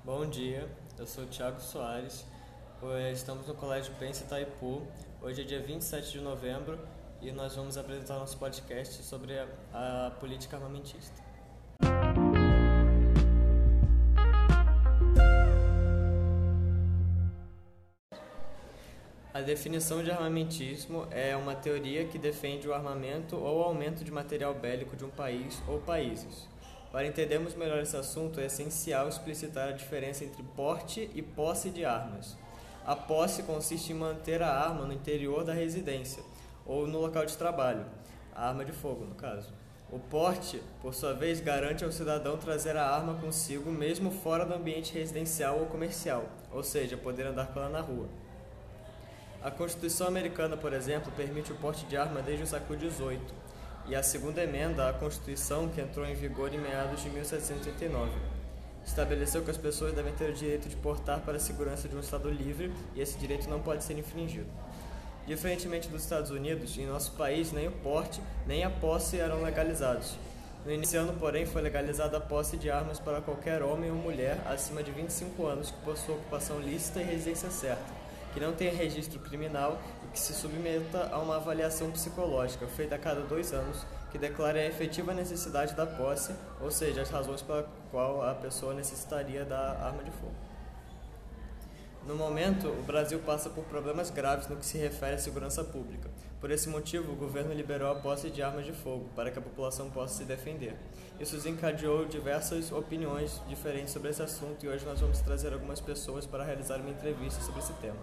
Bom dia, eu sou o Thiago Soares, estamos no Colégio Pense Itaipu. Hoje é dia 27 de novembro e nós vamos apresentar nosso podcast sobre a política armamentista. A definição de armamentismo é uma teoria que defende o armamento ou aumento de material bélico de um país ou países. Para entendermos melhor esse assunto, é essencial explicitar a diferença entre porte e posse de armas. A posse consiste em manter a arma no interior da residência, ou no local de trabalho, a arma de fogo, no caso. O porte, por sua vez, garante ao cidadão trazer a arma consigo mesmo fora do ambiente residencial ou comercial, ou seja, poder andar com ela na rua. A Constituição americana, por exemplo, permite o porte de arma desde o século XVIII, e a segunda emenda à Constituição, que entrou em vigor em meados de 1789, estabeleceu que as pessoas devem ter o direito de portar para a segurança de um Estado livre e esse direito não pode ser infringido. Diferentemente dos Estados Unidos, em nosso país nem o porte nem a posse eram legalizados. No início do ano, porém, foi legalizada a posse de armas para qualquer homem ou mulher acima de 25 anos que possua ocupação lícita e residência certa, que não tenha registro criminal e que se submeta a uma avaliação psicológica feita a cada 2 anos, que declare a efetiva necessidade da posse, ou seja, as razões pela qual a pessoa necessitaria da arma de fogo. No momento, o Brasil passa por problemas graves no que se refere à segurança pública. Por esse motivo, o governo liberou a posse de armas de fogo, para que a população possa se defender. Isso desencadeou diversas opiniões diferentes sobre esse assunto e hoje nós vamos trazer algumas pessoas para realizar uma entrevista sobre esse tema.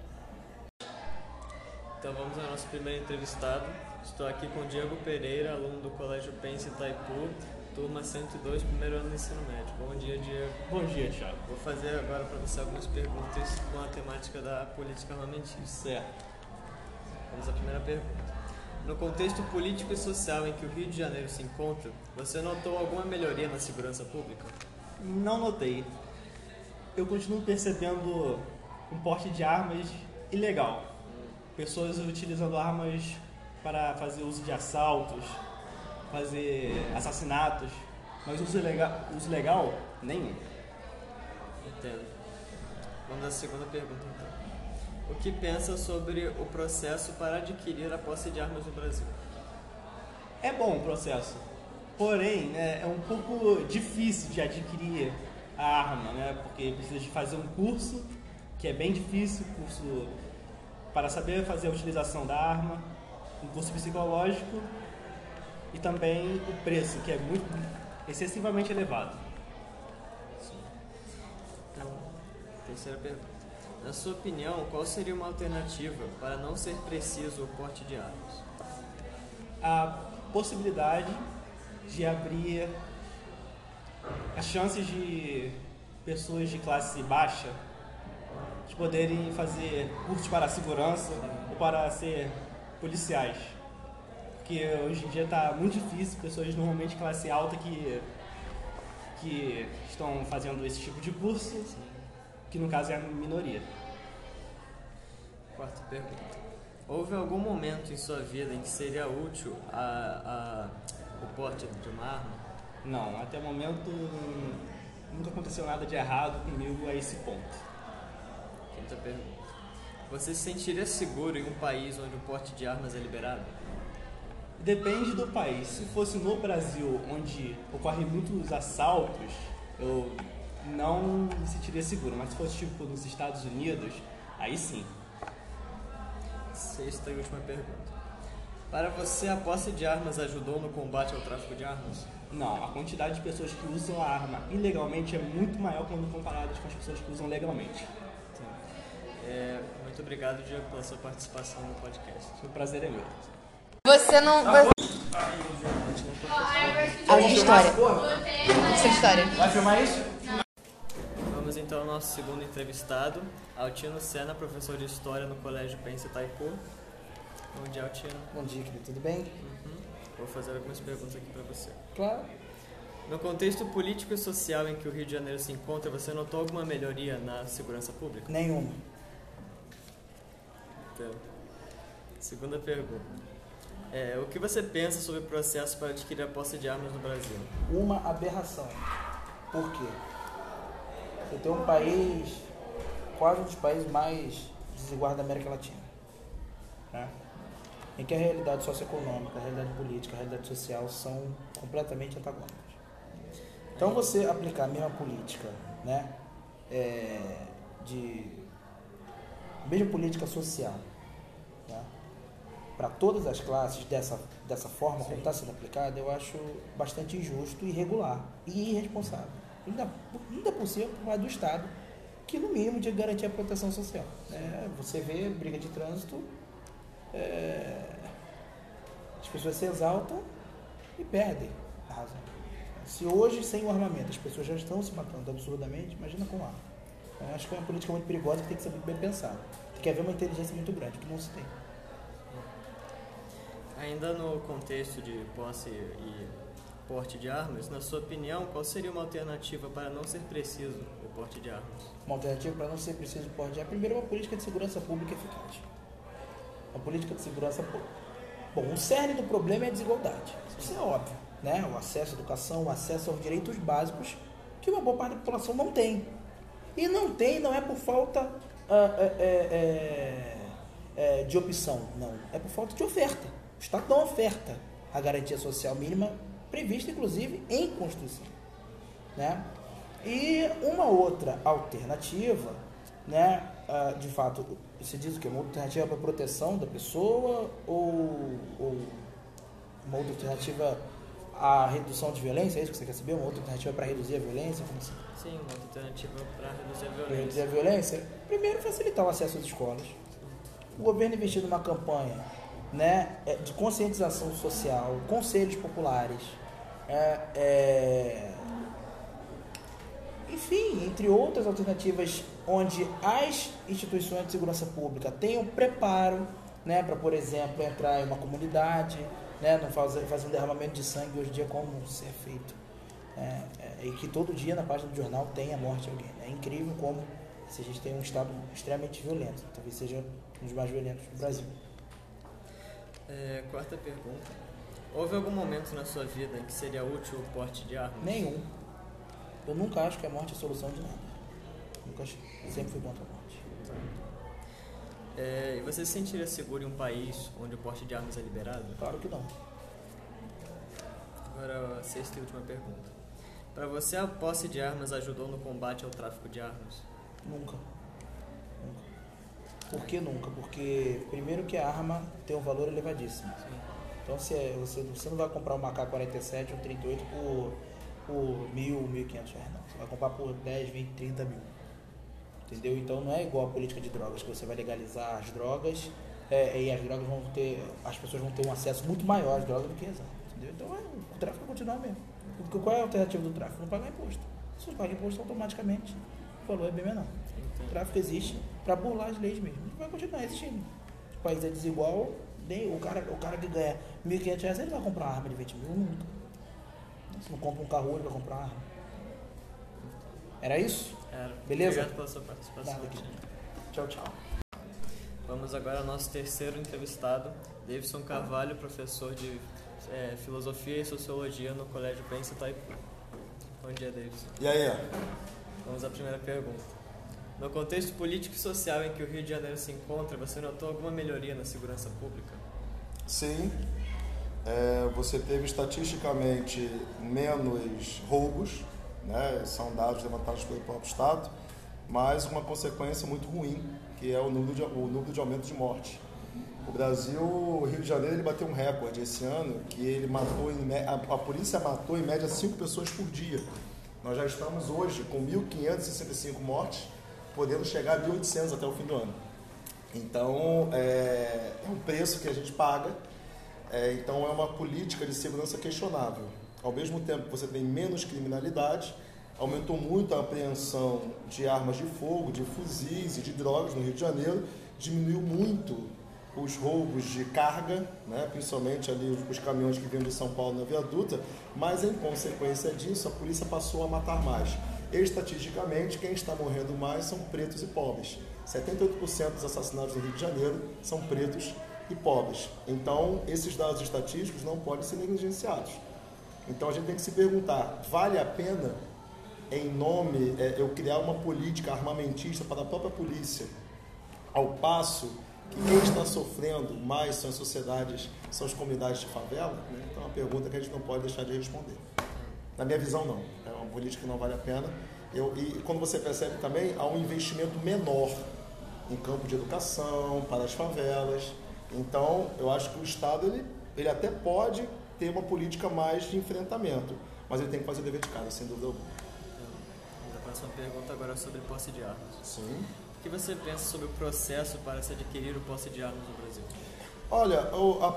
Então vamos ao nosso primeiro entrevistado. Estou aqui com o Diego Pereira, aluno do Colégio Pense Itaipu, turma 102, primeiro ano do ensino médio. Bom dia, Diego. Bom dia, Thiago. Vou fazer agora para você algumas perguntas com a temática da política armamentista. Certo. Vamos à primeira pergunta. No contexto político e social em que o Rio de Janeiro se encontra, você notou alguma melhoria na segurança pública? Não notei. Eu continuo percebendo um porte de armas ilegal. Pessoas utilizando armas para fazer uso de assaltos, fazer assassinatos, mas uso legal, nenhum. Entendo. Vamos à segunda pergunta, então. O que pensa sobre o processo para adquirir a posse de armas no Brasil? É bom o processo, porém, né, é um pouco difícil de adquirir a arma, né, porque precisa de fazer um curso, que é bem difícil, curso para saber fazer a utilização da arma, um curso psicológico e também o preço, que é excessivamente elevado. Sim. Então, terceira pergunta. Na sua opinião, qual seria uma alternativa para não ser preciso o porte de armas? A possibilidade de abrir as chances de pessoas de classe baixa de poderem fazer cursos para a segurança ou para ser policiais. Porque hoje em dia está muito difícil, pessoas normalmente de classe alta que estão fazendo esse tipo de curso, que no caso é a minoria. Quarta pergunta. Houve algum momento em sua vida em que seria útil o porte de uma arma? Não, até o momento nunca aconteceu nada de errado comigo a esse ponto. Quinta pergunta. Você se sentiria seguro em um país onde o porte de armas é liberado? Depende do país. Se fosse no Brasil, onde ocorrem muitos assaltos, eu não me sentiria seguro. Mas se fosse tipo nos Estados Unidos, aí sim. Sexta e última pergunta. Para você, a posse de armas ajudou no combate ao tráfico de armas? Não, a quantidade de pessoas que usam a arma ilegalmente é muito maior quando comparadas com as pessoas que usam legalmente. Muito obrigado, Diego, pela sua participação no podcast. O prazer é meu. Você não. Aula de história. Isso é história. Vai filmar isso? Vamos então ao nosso segundo entrevistado, Altino Sena, professor de História no Colégio Pense Itaipu. Bom dia, Altino. Bom dia, querido. Tudo bem? Vou fazer algumas perguntas aqui para você. Claro. No contexto político e social em que o Rio de Janeiro se encontra, você notou alguma melhoria na segurança pública? Nenhuma. Então, segunda pergunta. O que você pensa sobre o processo para adquirir a posse de armas no Brasil? Uma aberração. Por quê? Você tem um país, quase um dos países mais desiguais da América Latina, né? Em que a realidade socioeconômica, a realidade política, a realidade social são completamente antagônicas. Então você aplicar a mesma política, né, mesma política social, né, para todas as classes dessa forma, como está sendo aplicada, eu acho bastante injusto, irregular e irresponsável. Ainda por ser do Estado, que no mínimo de garantir a proteção social. Né? Você vê briga de trânsito, as pessoas se exaltam e perdem a razão. Se hoje, sem o armamento, as pessoas já estão se matando absurdamente, imagina com arma. Eu acho que é uma política muito perigosa que tem que ser muito bem pensada. Tem que haver uma inteligência muito grande, que não se tem. Ainda no contexto de posse e porte de armas, na sua opinião, qual seria uma alternativa para não ser preciso o porte de armas? Uma alternativa para não ser preciso o porte de armas, primeiro, uma política de segurança pública eficaz. Uma política de segurança pública. Bom, o cerne do problema é a desigualdade. Isso é óbvio, né? O acesso à educação, o acesso aos direitos básicos que uma boa parte da população não tem. E não é por falta de opção, não. É por falta de oferta. O Estado não oferta a garantia social mínima prevista, inclusive, em Constituição. Né? E uma outra alternativa, né, de fato, você diz o quê? Uma alternativa para a proteção da pessoa ou uma outra alternativa à redução de violência? É isso que você quer saber? Uma outra alternativa para reduzir a violência? Como assim? Sim, uma outra alternativa para reduzir a Para violência. reduzir a violência? Primeiro, facilitar o acesso às escolas. O governo investir numa campanha, né, de conscientização social, conselhos populares, enfim, entre outras alternativas, onde as instituições de segurança pública tenham preparo, né, para, por exemplo, entrar em uma comunidade, né, não fazer um derramamento de sangue hoje em dia como isso é feito, e que todo dia na página do jornal tem a morte de alguém. É incrível como se a gente tem um estado extremamente violento, talvez seja um dos mais violentos do Brasil. Quarta pergunta. Houve algum momento na sua vida em que seria útil o porte de armas? Nenhum. Eu nunca acho que a morte é a solução de nada. Nunca achei. Sempre fui contra a morte. E você se sentiria seguro em um país onde o porte de armas é liberado? Claro que não. Agora, a sexta e última pergunta. Para você, a posse de armas ajudou no combate ao tráfico de armas? Nunca. Por que nunca? Porque, primeiro, que a arma tem um valor elevadíssimo. Sim. Então, você não vai comprar uma AK-47 ou 38 por R$1.000, R$1.500, não. Você vai comprar por 10, 20, 30 mil. Entendeu? Então, não é igual a política de drogas, que você vai legalizar as drogas e as pessoas vão ter um acesso muito maior às drogas do que as armas. Entendeu? Então, o tráfico vai continuar mesmo. Porque qual é a alternativa do tráfico? Não pagar imposto. Se não paga imposto, automaticamente o valor é bem menor. O tráfico existe para burlar as leis mesmo. Vai continuar existindo. O país é desigual, o cara que ganha R$1.500, ele vai comprar uma arma de 20 mil? Nunca. Se não compra um carro, ele vai comprar uma arma. Era isso? Era. Beleza? Obrigado pela sua participação. Nada aqui. Tchau, tchau. Vamos agora ao nosso terceiro entrevistado, Davidson Carvalho, professor de Filosofia e Sociologia no Colégio Pense Itaipu. Bom dia, Davidson. E aí? Vamos à primeira pergunta. No contexto político e social em que o Rio de Janeiro se encontra, você notou alguma melhoria na segurança pública? Sim. Você teve estatisticamente menos roubos, né? São dados levantados pelo próprio Estado, mas uma consequência muito ruim, que é o número de aumento de morte. O Brasil, o Rio de Janeiro, ele bateu um recorde esse ano, que ele matou, a polícia matou em média 5 pessoas por dia. Nós já estamos hoje com 1.565 mortes, podendo chegar a 1.800 até o fim do ano. Então, é um preço que a gente paga, então é uma política de segurança questionável. Ao mesmo tempo que você tem menos criminalidade, aumentou muito a apreensão de armas de fogo, de fuzis e de drogas no Rio de Janeiro, diminuiu muito os roubos de carga, né, principalmente ali os caminhões que vinham de São Paulo na Via Dutra, mas em consequência disso a polícia passou a matar mais. Estatisticamente, quem está morrendo mais são pretos e pobres. 78% dos assassinatos no Rio de Janeiro são pretos e pobres. Então, esses dados estatísticos não podem ser negligenciados. Então, a gente tem que se perguntar, vale a pena em nome, eu criar uma política armamentista para a própria polícia, ao passo que quem está sofrendo mais são as sociedades, são as comunidades de favela, né? Então é uma pergunta que a gente não pode deixar de responder. Na minha visão, não. É uma política que não vale a pena. E quando você percebe também, há um investimento menor em campo de educação, para as favelas. Então, eu acho que o Estado, ele até pode ter uma política mais de enfrentamento, mas ele tem que fazer o dever de casa, sem dúvida alguma. A próxima pergunta agora é sobre posse de armas. Sim. O que você pensa sobre o processo para se adquirir o posse de armas no Brasil? Olha, a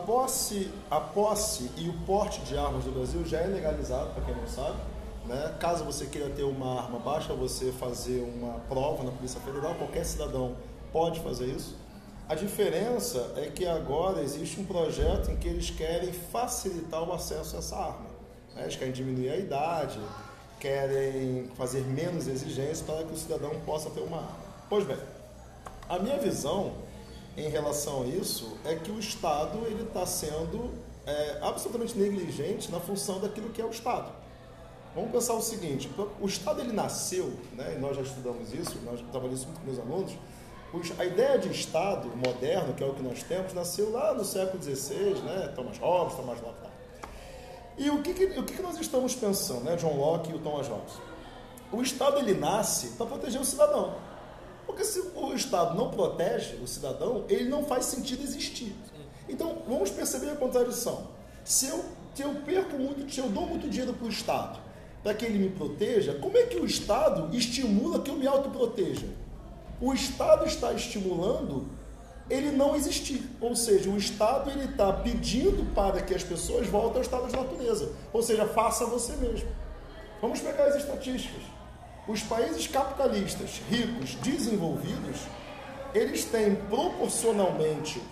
posse e o porte de armas no Brasil já é legalizado, para quem não sabe, né? Caso você queira ter uma arma, basta você fazer uma prova na Polícia Federal, qualquer cidadão pode fazer isso. A diferença é que agora existe um projeto em que eles querem facilitar o acesso a essa arma, né? Eles querem diminuir a idade, querem fazer menos exigências para que o cidadão possa ter uma arma. Pois bem, a minha visão em relação a isso é que o Estado ele está sendo absolutamente negligente na função daquilo que é o Estado. Vamos pensar o seguinte, o Estado ele nasceu, né, e nós já estudamos isso, nós trabalhamos isso muito com meus alunos, a ideia de Estado moderno, que é o que nós temos, nasceu lá no século XVI, né, Thomas Hobbes. E o que nós estamos pensando, né, John Locke e o Thomas Hobbes? O Estado ele nasce para proteger o cidadão. Porque se o Estado não protege o cidadão, ele não faz sentido existir. Então, vamos perceber a contradição. Se eu perco muito, se eu dou muito dinheiro para o Estado, para que ele me proteja, como é que o Estado estimula que eu me autoproteja? O Estado está estimulando ele não existir. Ou seja, o Estado ele está pedindo para que as pessoas voltem ao estado de natureza. Ou seja, faça você mesmo. Vamos pegar as estatísticas. Os países capitalistas, ricos, desenvolvidos, eles têm proporcionalmente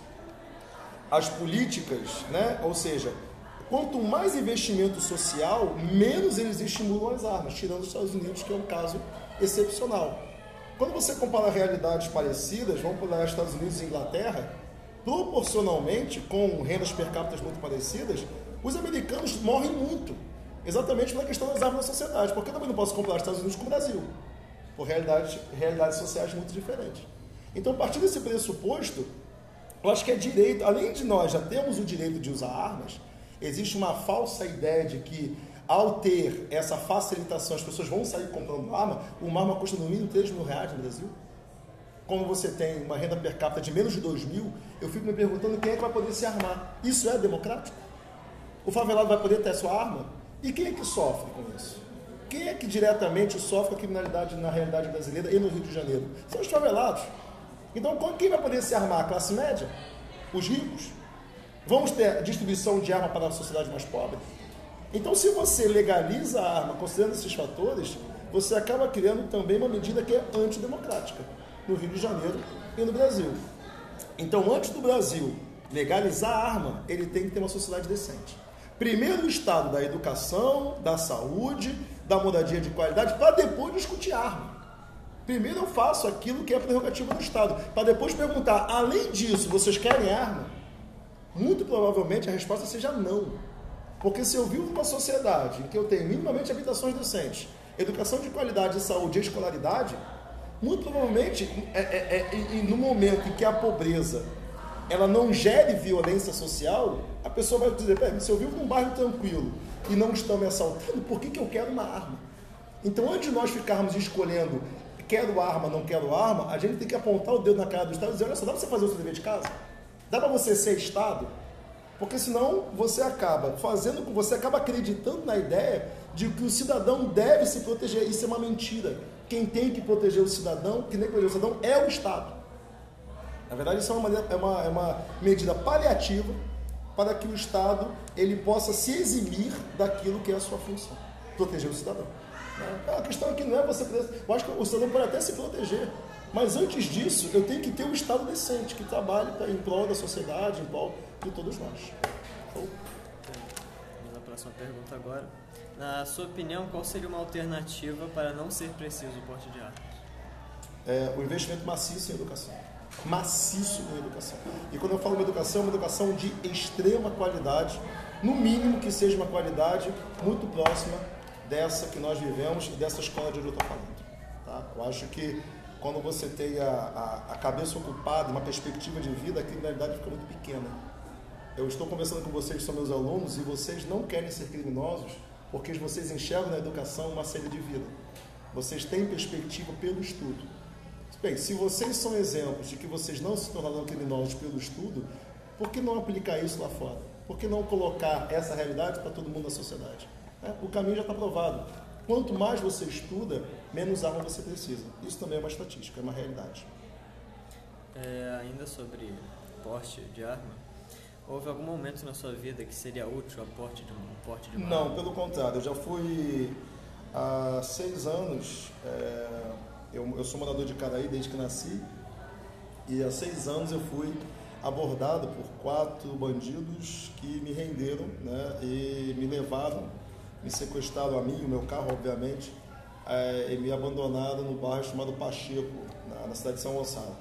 as políticas, né? Ou seja, quanto mais investimento social, menos eles estimulam as armas, tirando os Estados Unidos, que é um caso excepcional. Quando você compara realidades parecidas, vamos pegar Estados Unidos e Inglaterra, proporcionalmente, com rendas per capita muito parecidas, os americanos morrem muito. Exatamente pela questão das armas na sociedade, porque eu também não posso comparar os Estados Unidos com o Brasil, por realidades sociais muito diferentes. Então, a partir desse pressuposto, eu acho que é direito, além de nós já temos o direito de usar armas, existe uma falsa ideia de que, ao ter essa facilitação, as pessoas vão sair comprando uma arma custa no mínimo R$3.000 no Brasil. Quando você tem uma renda per capita de menos de 2.000, eu fico me perguntando quem é que vai poder se armar. Isso é democrático? O favelado vai poder ter a sua arma? E quem é que sofre com isso? Quem é que diretamente sofre com a criminalidade na realidade brasileira e no Rio de Janeiro? São os favelados. Então, quem vai poder se armar? A classe média? Os ricos? Vamos ter distribuição de arma para a sociedade mais pobre? Então, se você legaliza a arma considerando esses fatores, você acaba criando também uma medida que é antidemocrática no Rio de Janeiro e no Brasil. Então, antes do Brasil legalizar a arma, ele tem que ter uma sociedade decente. Primeiro o Estado da educação, da saúde, da moradia de qualidade, para depois discutir arma. Primeiro eu faço aquilo que é a prerrogativa do Estado, para depois perguntar, além disso, vocês querem arma? Muito provavelmente a resposta seja não. Porque se eu vivo numa sociedade em que eu tenho minimamente habitações decentes, educação de qualidade, saúde e escolaridade, muito provavelmente, no momento em que a pobreza ela não gere violência social, a pessoa vai dizer, se eu vivo num bairro tranquilo e não estão me assaltando, por que eu quero uma arma? Então, antes de nós ficarmos escolhendo quero arma, não quero arma, a gente tem que apontar o dedo na cara do Estado e dizer, olha só, dá para você fazer o seu dever de casa? Dá para você ser Estado? Porque senão você acaba acreditando na ideia de que o cidadão deve se proteger. Isso é uma mentira. Quem tem que proteger o cidadão, que nem proteger o cidadão, é o Estado. Na verdade, isso é uma medida paliativa para que o Estado ele possa se eximir daquilo que é a sua função, proteger o cidadão. A questão aqui não é você... Eu acho que o cidadão pode até se proteger, mas antes disso, eu tenho que ter um Estado decente, que trabalhe em prol da sociedade, em prol de todos nós. Vamos à próxima pergunta agora. Na sua opinião, qual seria uma alternativa para não ser preciso o porte de armas? O investimento maciço em educação. Maciço em educação. E quando eu falo em educação, é uma educação de extrema qualidade, no mínimo que seja uma qualidade muito próxima dessa que nós vivemos e dessa escola de onde eu estou falando. Tá? Eu acho que quando você tem a cabeça ocupada, uma perspectiva de vida, a criminalidade fica muito pequena. Eu estou conversando com vocês, que são meus alunos, e vocês não querem ser criminosos porque vocês enxergam na educação uma saída de vida. Vocês têm perspectiva pelo estudo. Bem, se vocês são exemplos de que vocês não se tornarão criminosos pelo estudo, por que não aplicar isso lá fora? Por que não colocar essa realidade para todo mundo da sociedade? O caminho já está provado. Quanto mais você estuda, menos arma você precisa. Isso também é uma estatística, é uma realidade. Ainda sobre porte de arma, houve algum momento na sua vida que seria útil o porte de uma arma? Não, pelo contrário. Eu já fui há 6 anos, eu sou morador de Caraí desde que nasci, e há 6 anos eu fui abordado por 4 bandidos que me renderam, né, e me levaram, me sequestraram a mim, o meu carro, obviamente, e me abandonaram no bairro chamado Pacheco, na cidade de São Gonçalo.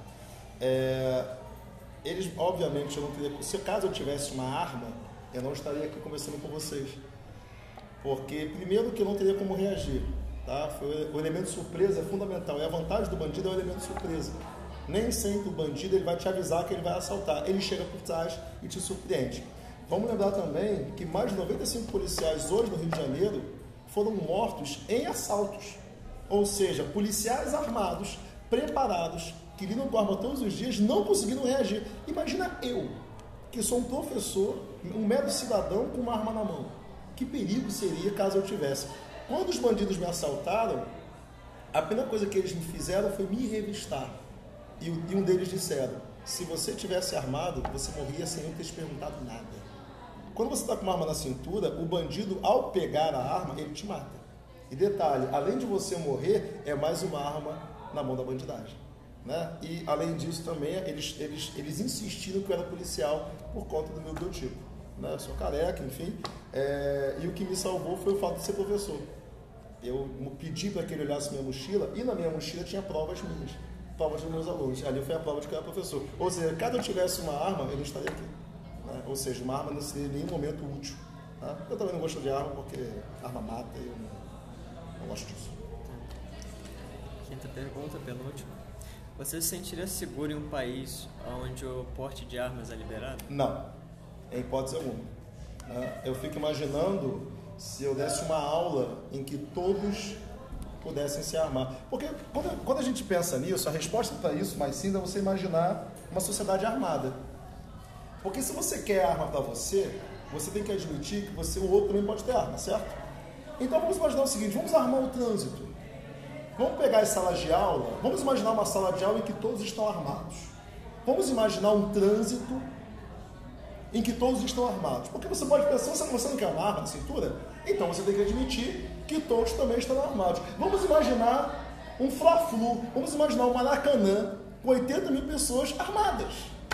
Eles, obviamente, eu não teria... Se caso eu tivesse uma arma, eu não estaria aqui conversando com vocês. Porque, primeiro, que eu não teria como reagir. Tá? O elemento surpresa é fundamental. E a vantagem do bandido é o elemento surpresa. Nem sempre o bandido ele vai te avisar que ele vai assaltar. Ele chega por trás e te surpreende. Vamos lembrar também que mais de 95 policiais hoje no Rio de Janeiro foram mortos em assaltos. Ou seja, policiais armados, preparados, que lidam com arma todos os dias, não conseguiram reagir. Imagina eu, que sou um professor, um mero cidadão com uma arma na mão. Que perigo seria caso eu tivesse? Quando os bandidos me assaltaram, a primeira coisa que eles me fizeram foi me revistar. E um deles disseram, se você tivesse armado, você morria sem eu ter te perguntado nada. Quando você está com uma arma na cintura, o bandido, ao pegar a arma, ele te mata. E detalhe, além de você morrer, é mais uma arma na mão da bandidagem. Né? E além disso também, eles insistiram que eu era policial por conta do meu biotipo. Né? Eu sou careca, enfim. E o que me salvou foi o fato de ser professor. Eu pedi para que ele olhasse minha mochila, e na minha mochila tinha provas minhas, provas dos meus alunos. Ali foi a prova de que eu era professor. Ou seja, caso eu tivesse uma arma, eu não estaria aqui. Né? Ou seja, uma arma não seria em nenhum momento útil. Tá? Eu também não gosto de arma, porque arma mata e eu não gosto disso. Quinta pergunta, penúltima. Você se sentiria seguro em um país onde o porte de armas é liberado? Não, em hipótese alguma. Eu fico imaginando se eu desse uma aula em que todos pudessem se armar. Porque quando a gente pensa nisso, a resposta para isso mais simples é você imaginar uma sociedade armada. Porque se você quer arma para você, você tem que admitir que o outro também pode ter arma, certo? Então vamos imaginar o seguinte, vamos armar o trânsito. Vamos pegar as salas de aula, vamos imaginar uma sala de aula em que todos estão armados. Vamos imaginar um trânsito em que todos estão armados. Porque você pode pensar, você não quer uma arma na cintura? Então você tem que admitir que todos também estão armados. Vamos imaginar um Fla-Flu, vamos imaginar um Maracanã com 80 mil pessoas armadas.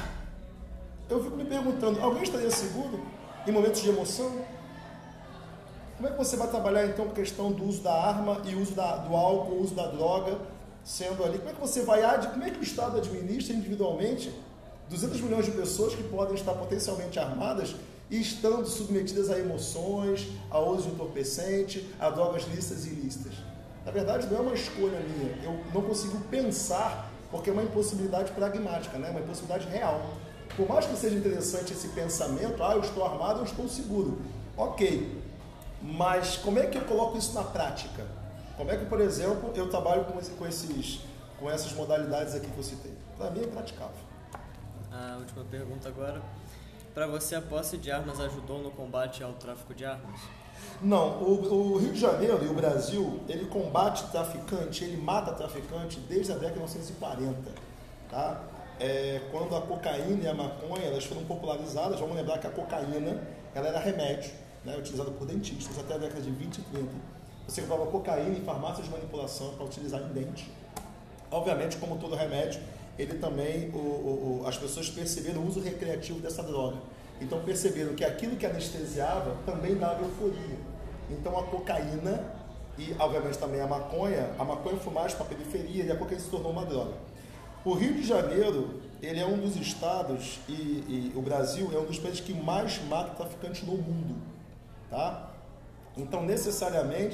Eu fico me perguntando, alguém estaria seguro em momentos de emoção? Como é que você vai trabalhar então a questão do uso da arma e uso do álcool, o uso da droga sendo ali? Como é que você vai como é que o Estado administra individualmente 200 milhões de pessoas que podem estar potencialmente armadas e estando submetidas a emoções, a uso de entorpecente, a drogas lícitas e ilícitas? Na verdade, não é uma escolha minha. Eu não consigo pensar porque é uma impossibilidade pragmática, né? Uma impossibilidade real. Por mais que seja interessante esse pensamento, eu estou armado, eu estou seguro. Ok. Mas como é que eu coloco isso na prática? Como é que, por exemplo, eu trabalho com essas modalidades aqui que eu citei? Para mim é praticável. A última pergunta agora. Para você, a posse de armas ajudou no combate ao tráfico de armas? Não. O Rio de Janeiro e o Brasil, ele combate traficante, ele mata traficante desde a década de 1940. Tá? Quando a cocaína e a maconha elas foram popularizadas, vamos lembrar que a cocaína ela era remédio, né, utilizado por dentistas até a década de 20 e 30. Você comprava cocaína em farmácias de manipulação para utilizar em dente. Obviamente, como todo remédio, ele também, as pessoas perceberam o uso recreativo dessa droga. Então perceberam que aquilo que anestesiava também dava euforia. Então a cocaína e, obviamente, também a maconha foi mais para a periferia e a cocaína se tornou uma droga. O Rio de Janeiro, ele é um dos estados e o Brasil é um dos países que mais mata traficantes no mundo. Tá? Então, necessariamente,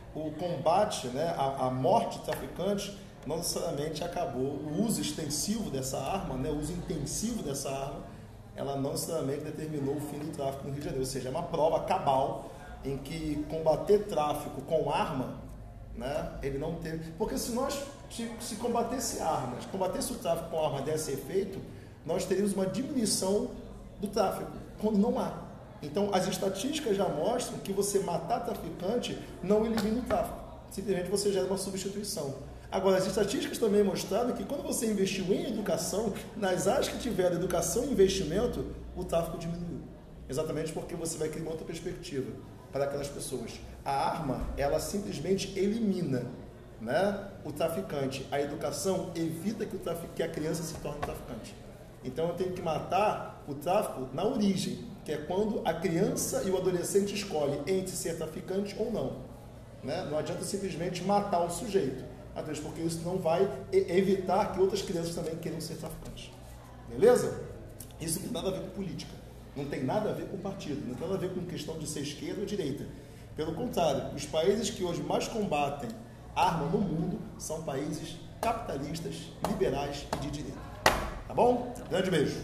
o combate, né, a morte de traficantes não necessariamente acabou. O uso extensivo dessa arma, né, o uso intensivo dessa arma, ela não necessariamente determinou o fim do tráfico no Rio de Janeiro. Ou seja, é uma prova cabal em que combater tráfico com arma, né, ele não teve... Porque se nós se combatesse armas, combatesse o tráfico com arma desse efeito, nós teríamos uma diminuição do tráfico, quando não há. Então, as estatísticas já mostram que você matar traficante não elimina o tráfico. Simplesmente você gera uma substituição. Agora, as estatísticas também mostraram que quando você investiu em educação, nas áreas que tiveram educação e investimento, o tráfico diminuiu. Exatamente porque você vai criar uma outra perspectiva para aquelas pessoas. A arma, ela simplesmente elimina, né, o traficante. A educação evita que a criança se torne traficante. Então eu tenho que matar o tráfico na origem, que é quando a criança e o adolescente escolhem entre ser traficante ou não. Né? Não adianta simplesmente matar o sujeito, até porque isso não vai evitar que outras crianças também queiram ser traficantes. Beleza? Isso não tem nada a ver com política, não tem nada a ver com partido, não tem nada a ver com questão de ser esquerda ou direita. Pelo contrário, os países que hoje mais combatem arma no mundo são países capitalistas, liberais e de direita. Tá bom? Grande beijo.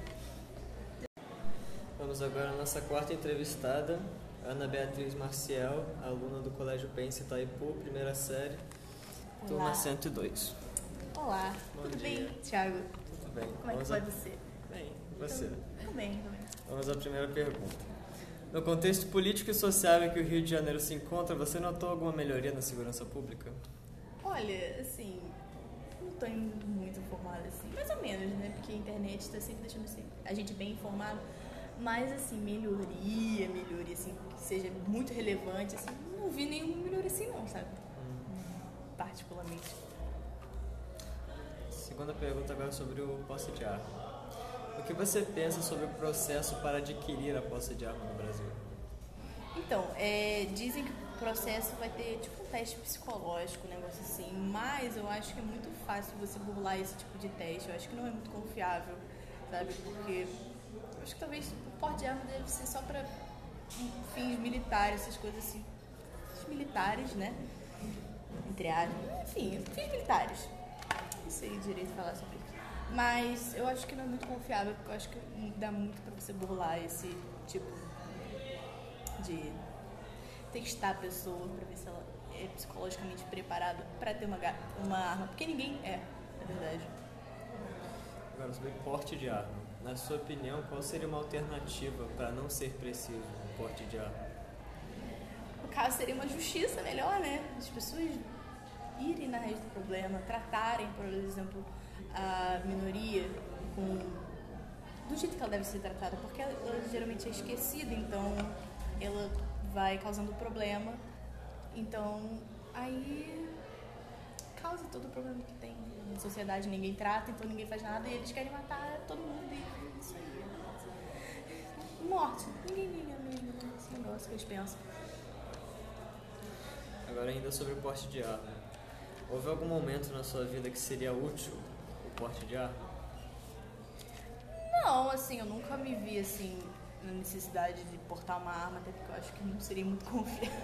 Vamos agora à nossa quarta entrevistada, Ana Beatriz Marcial, aluna do Colégio Pense Itaipu, primeira série, turma Olá. 102. Olá, Bom tudo dia. bem, Thiago? Tudo bem? Como é que vai você? Bem, e você? Tudo bem. Vamos à primeira pergunta. No contexto político e social em que o Rio de Janeiro se encontra, você notou alguma melhoria na segurança pública? Olha, assim, não estou muito informada, assim, mais ou menos, né? Porque a internet está sempre deixando a gente bem informado, mas, assim, melhoria, assim, que seja muito relevante, assim, não vi nenhuma melhoria assim não, sabe? Particularmente. Segunda pergunta agora sobre o posse de arma. O que você pensa sobre o processo para adquirir a posse de arma no Brasil? Então, dizem que o processo vai ter tipo um teste psicológico, um negócio assim, mas eu acho que é muito fácil você burlar esse tipo de teste, eu acho que não é muito confiável, sabe? Porque eu acho que talvez o porte de arma deve ser só para fins militares, essas coisas assim. Fins militares, né? Entre aspas, enfim, fins militares. Não sei direito falar sobre isso. Mas eu acho que não é muito confiável, porque eu acho que dá muito pra você burlar esse tipo de testar a pessoa pra ver se ela é psicologicamente preparada pra ter uma arma, porque ninguém é, na verdade. Agora, sobre porte de arma. Na sua opinião, qual seria uma alternativa para não ser preciso um porte de arma? No caso, seria uma justiça melhor, né? As pessoas irem na raiz do problema, tratarem, por exemplo, a minoria do jeito que ela deve ser tratada, porque ela geralmente é esquecida, então ela vai causando problema, então aí causa todo o problema que tem na sociedade, ninguém trata, então ninguém faz nada e eles querem matar todo mundo e isso aí. Morte, ninguém liga mesmo esse negócio que eles pensam. Agora, ainda sobre o porte de arma. Houve algum momento na sua vida que seria útil o porte de arma? Não, assim, eu nunca me vi, assim, na necessidade de portar uma arma, até porque eu acho que não seria muito confiável.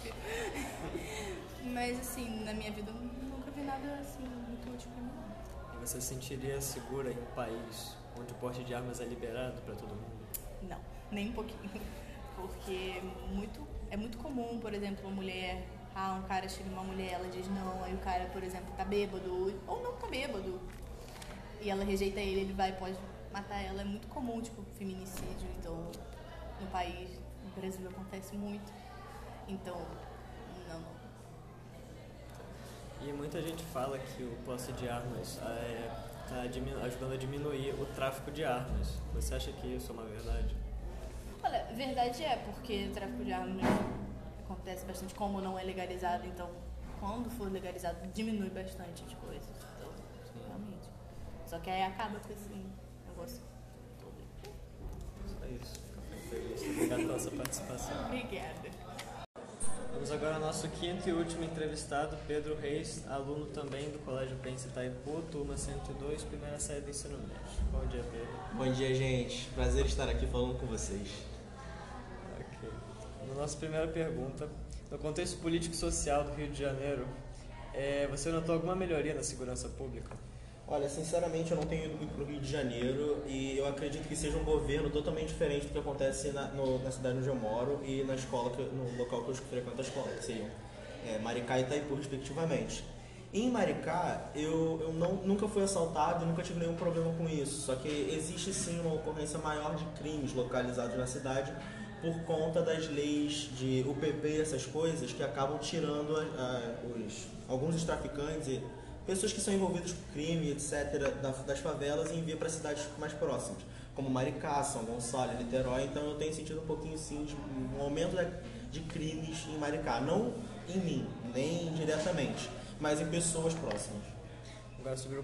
Mas, assim, na minha vida eu nunca vi nada, assim, muito útil pra mim. E você se sentiria segura em um país onde o porte de armas é liberado para todo mundo? Não, nem um pouquinho. Porque é muito comum, por exemplo, uma mulher... um cara chega numa mulher, ela diz não, aí o cara, por exemplo, tá bêbado, ou não tá bêbado, e ela rejeita ele vai e pode matar ela. É muito comum, tipo, feminicídio, então, no país, no Brasil acontece muito, então, não. E muita gente fala que o posse de armas está ajudando a diminuir o tráfico de armas. Você acha que isso é uma verdade? Olha, verdade é, porque o tráfico de armas acontece bastante, como não é legalizado, então quando for legalizado diminui bastante as coisas, então, realmente. Só que aí acaba com esse negócio todo. Só isso. Fica feliz. Obrigado pela sua participação. Obrigada. Vamos agora ao nosso quinto e último entrevistado, Pedro Reis, aluno também do Colégio Pense Itaipu, turma 102, primeira série do ensino médio. Bom dia, Pedro. Bom dia, gente. Prazer estar aqui falando com vocês. Ok. Na nossa primeira pergunta, No contexto político e social do Rio de Janeiro, você notou alguma melhoria na segurança pública? Olha, sinceramente eu não tenho ido muito para o Rio de Janeiro e eu acredito que seja um governo totalmente diferente do que acontece na cidade onde eu moro e na escola, no local que eu frequento a escola, que seriam Maricá e Itaipu, respectivamente. Em Maricá, eu nunca fui assaltado e nunca tive nenhum problema com isso, só que existe sim uma ocorrência maior de crimes localizados na cidade por conta das leis de UPP e essas coisas que acabam tirando alguns traficantes e pessoas que são envolvidas com crime, etc., das favelas e envia para cidades mais próximas, como Maricá, São Gonçalo, Niterói. Então eu tenho sentido um pouquinho sim de um aumento de crimes em Maricá, não em mim, nem diretamente, mas em pessoas próximas. Agora sobre o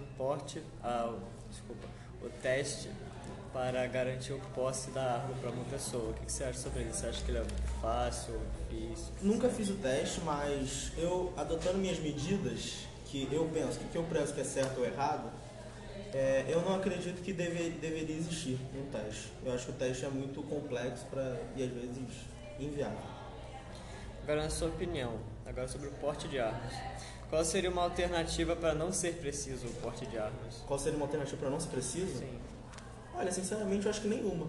o teste para garantir o posse da arma para uma pessoa. O que você acha sobre isso? Você acha que ele é fácil, difícil? Nunca fiz o teste, mas eu, adotando minhas medidas, que eu penso que eu prezo que é certo ou errado, eu não acredito que deveria existir um teste. Eu acho que o teste é muito complexo e às vezes inviável. Agora, na sua opinião, agora sobre o porte de armas, qual seria uma alternativa para não ser preciso o porte de armas? Qual seria uma alternativa para não ser preciso? Sim. Olha, sinceramente, eu acho que nenhuma.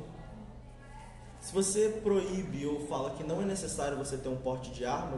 Se você proíbe ou fala que não é necessário você ter um porte de armas,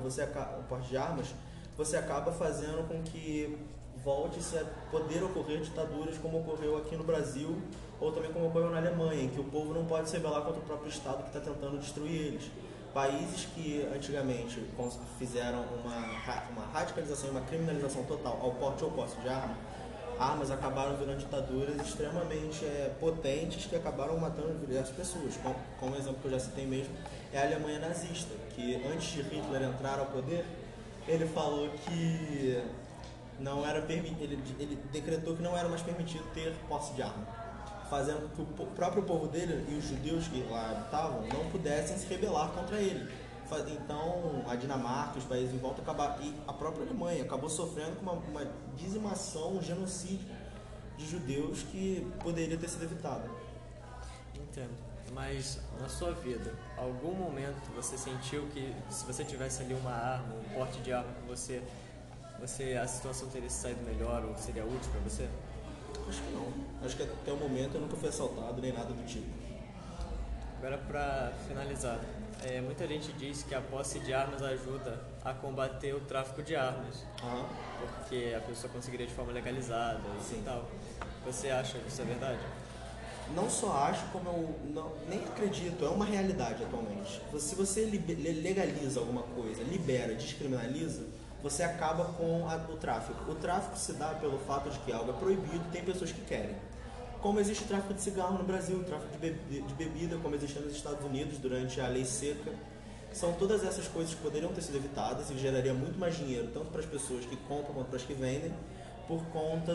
você acaba fazendo com que volte-se a poder ocorrer ditaduras como ocorreu aqui no Brasil ou também como ocorreu na Alemanha, em que o povo não pode se rebelar contra o próprio Estado que está tentando destruir eles. Países que antigamente fizeram uma radicalização e uma criminalização total ao porte ou posse de armas acabaram virando ditaduras extremamente potentes que acabaram matando diversas pessoas. Como exemplo que eu já citei mesmo, é a Alemanha nazista, que antes de Hitler entrar ao poder, ele falou que não era ele decretou que não era mais permitido ter posse de arma, fazendo com que o próprio povo dele e os judeus que lá habitavam não pudessem se rebelar contra ele. Então a Dinamarca, os países em volta e a própria Alemanha acabou sofrendo com uma dizimação, um genocídio de judeus que poderia ter sido evitado. Entendo. Mas na sua vida, algum momento você sentiu que se você tivesse ali uma arma, um porte de arma com você, a situação teria saído melhor ou seria útil para você? Acho que não. Acho que até o momento eu nunca fui assaltado nem nada do tipo. Agora, para finalizar, muita gente diz que a posse de armas ajuda a combater o tráfico de armas, porque a pessoa conseguiria de forma legalizada e tal. Você acha que isso é verdade? Não só acho, como eu nem acredito, é uma realidade atualmente. Se você legaliza alguma coisa, libera, descriminaliza, você acaba com o tráfico. O tráfico se dá pelo fato de que algo é proibido e tem pessoas que querem. Como existe o tráfico de cigarro no Brasil, o tráfico de bebida, como existe nos Estados Unidos durante a lei seca. São todas essas coisas que poderiam ter sido evitadas e geraria muito mais dinheiro, tanto para as pessoas que compram quanto para as que vendem, por conta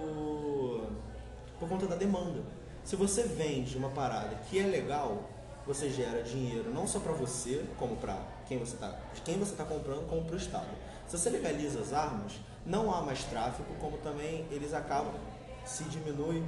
da demanda. Se você vende uma parada que é legal, você gera dinheiro não só para você, como para quem você está comprando, como para o Estado. Se você legaliza as armas, não há mais tráfico, como também eles acabam, se diminui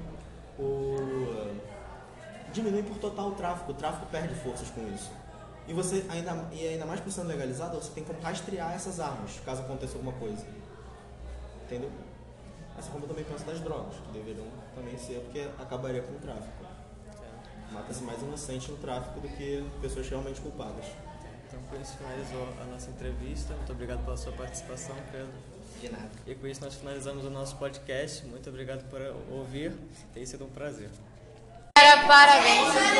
por total o tráfico perde forças com isso. E você, ainda mais por sendo legalizado, você tem como rastrear essas armas, caso aconteça alguma coisa. Entendeu? Assim como eu também penso das drogas, que deveriam também ser, porque acabaria com o tráfico. Mata-se mais inocente no tráfico do que pessoas realmente culpadas. Então, com isso finalizou a nossa entrevista. Muito obrigado pela sua participação, Pedro. De nada. E com isso nós finalizamos o nosso podcast. Muito obrigado por ouvir. Tem sido um prazer. Parabéns.